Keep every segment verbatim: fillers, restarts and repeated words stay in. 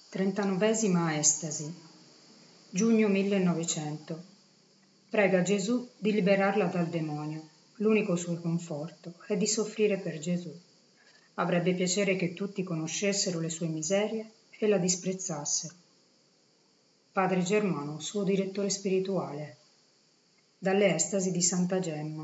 trentanovesima estasi, giugno millenovecento. Prega Gesù di liberarla dal demonio. L'unico suo conforto è di soffrire per Gesù. Avrebbe piacere che tutti conoscessero le sue miserie e la disprezzassero. Padre Germano, suo direttore spirituale. Dalle estasi di Santa Gemma.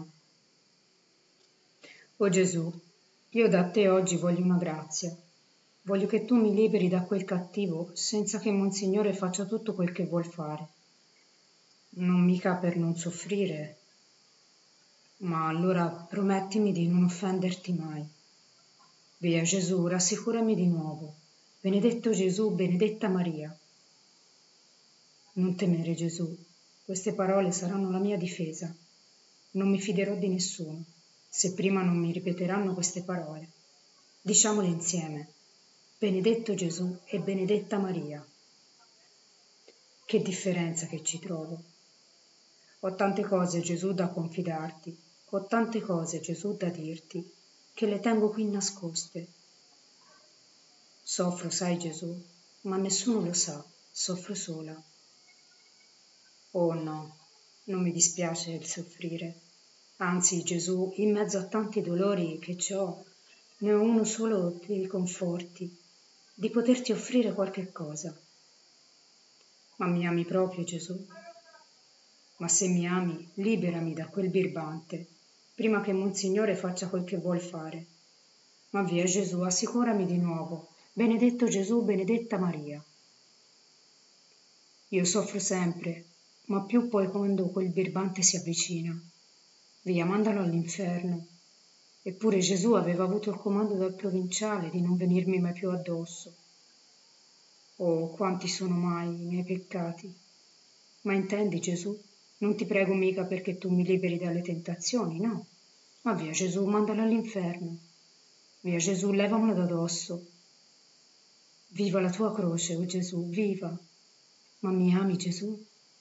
O Gesù, io da te oggi voglio una grazia. Voglio che tu mi liberi da quel cattivo senza che Monsignore faccia tutto quel che vuol fare. Non mica per non soffrire, ma allora promettimi di non offenderti mai. Via Gesù, rassicurami di nuovo. Benedetto Gesù, benedetta Maria. Non temere Gesù, queste parole saranno la mia difesa. Non mi fiderò di nessuno, se prima non mi ripeteranno queste parole. Diciamole insieme. Benedetto Gesù e benedetta Maria. Che differenza che ci trovo. Ho tante cose, Gesù, da confidarti, ho tante cose, Gesù, da dirti, che le tengo qui nascoste. Soffro, sai, Gesù, ma nessuno lo sa, soffro sola. Oh no, non mi dispiace il soffrire. Anzi, Gesù, in mezzo a tanti dolori che ho, ne ho uno solo dei conforti, di poterti offrire qualche cosa. Ma mi ami proprio, Gesù? Ma se mi ami, liberami da quel birbante, prima che Monsignore faccia quel che vuol fare. Ma via Gesù, assicurami di nuovo, benedetto Gesù, benedetta Maria. Io soffro sempre, ma più poi quando quel birbante si avvicina. Via, mandalo all'inferno. Eppure Gesù aveva avuto il comando dal provinciale di non venirmi mai più addosso. Oh, quanti sono mai i miei peccati. Ma intendi, Gesù? Non ti prego mica perché tu mi liberi dalle tentazioni, no? Ma via Gesù, mandalo all'inferno. Via Gesù, levamelo da dosso. Viva la tua croce, oh Gesù, viva. Ma mi ami, Gesù?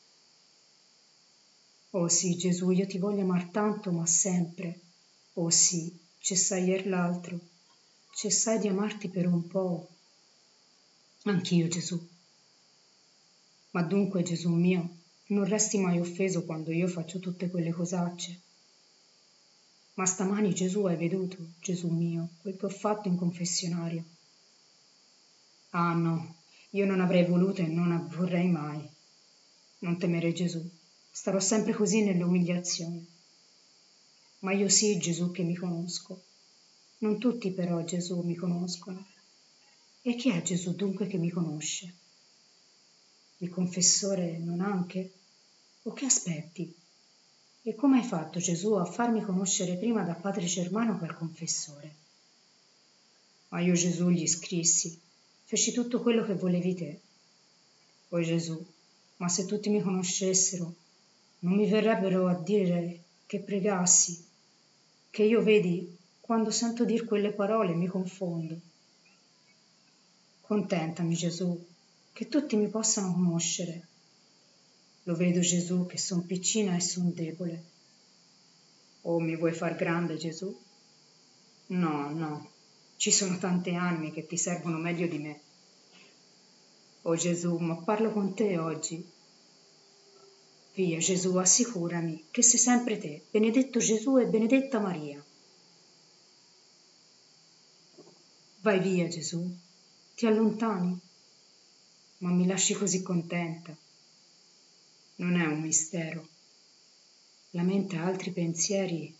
Oh sì, Gesù, io ti voglio amar tanto, ma sempre. Oh sì, cessai ier l'altro. Cessai di amarti per un po'. Anch'io, Gesù. Ma dunque, Gesù mio, non resti mai offeso quando io faccio tutte quelle cosacce. Ma stamani, Gesù, hai veduto, Gesù mio, quel che ho fatto in confessionario. Ah no, io non avrei voluto e non vorrei mai. Non temere Gesù, starò sempre così nell'umiliazione. Ma io sì, Gesù, che mi conosco. Non tutti però, Gesù, mi conoscono. E chi è Gesù dunque che mi conosce? Il confessore non anche? O che aspetti? E come hai fatto, Gesù, a farmi conoscere prima da padre Germano che al confessore? Ma io, Gesù, gli scrissi, feci tutto quello che volevi te. O Gesù, ma se tutti mi conoscessero, non mi verrebbero a dire che pregassi, che io, vedi, quando sento dir quelle parole mi confondo. Contentami, Gesù, che tutti mi possano conoscere. Lo vedo, Gesù, che son piccina e son debole. Oh, mi vuoi far grande, Gesù? No, no, ci sono tante anime che ti servono meglio di me. Oh Gesù, ma parlo con te oggi. Via, Gesù, assicurami che sei sempre te, benedetto Gesù e benedetta Maria. Vai via, Gesù, ti allontani, ma mi lasci così contenta. Non è un mistero. La mente ha altri pensieri.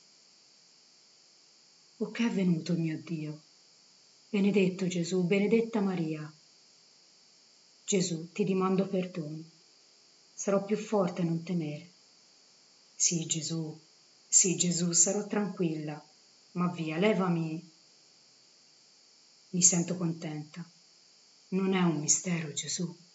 O che è venuto, mio Dio? Benedetto Gesù, benedetta Maria. Gesù, ti dimando perdono. Sarò più forte a non temere. Sì, Gesù, sì, Gesù, sarò tranquilla. Ma via, levami. Mi sento contenta. Non è un mistero, Gesù.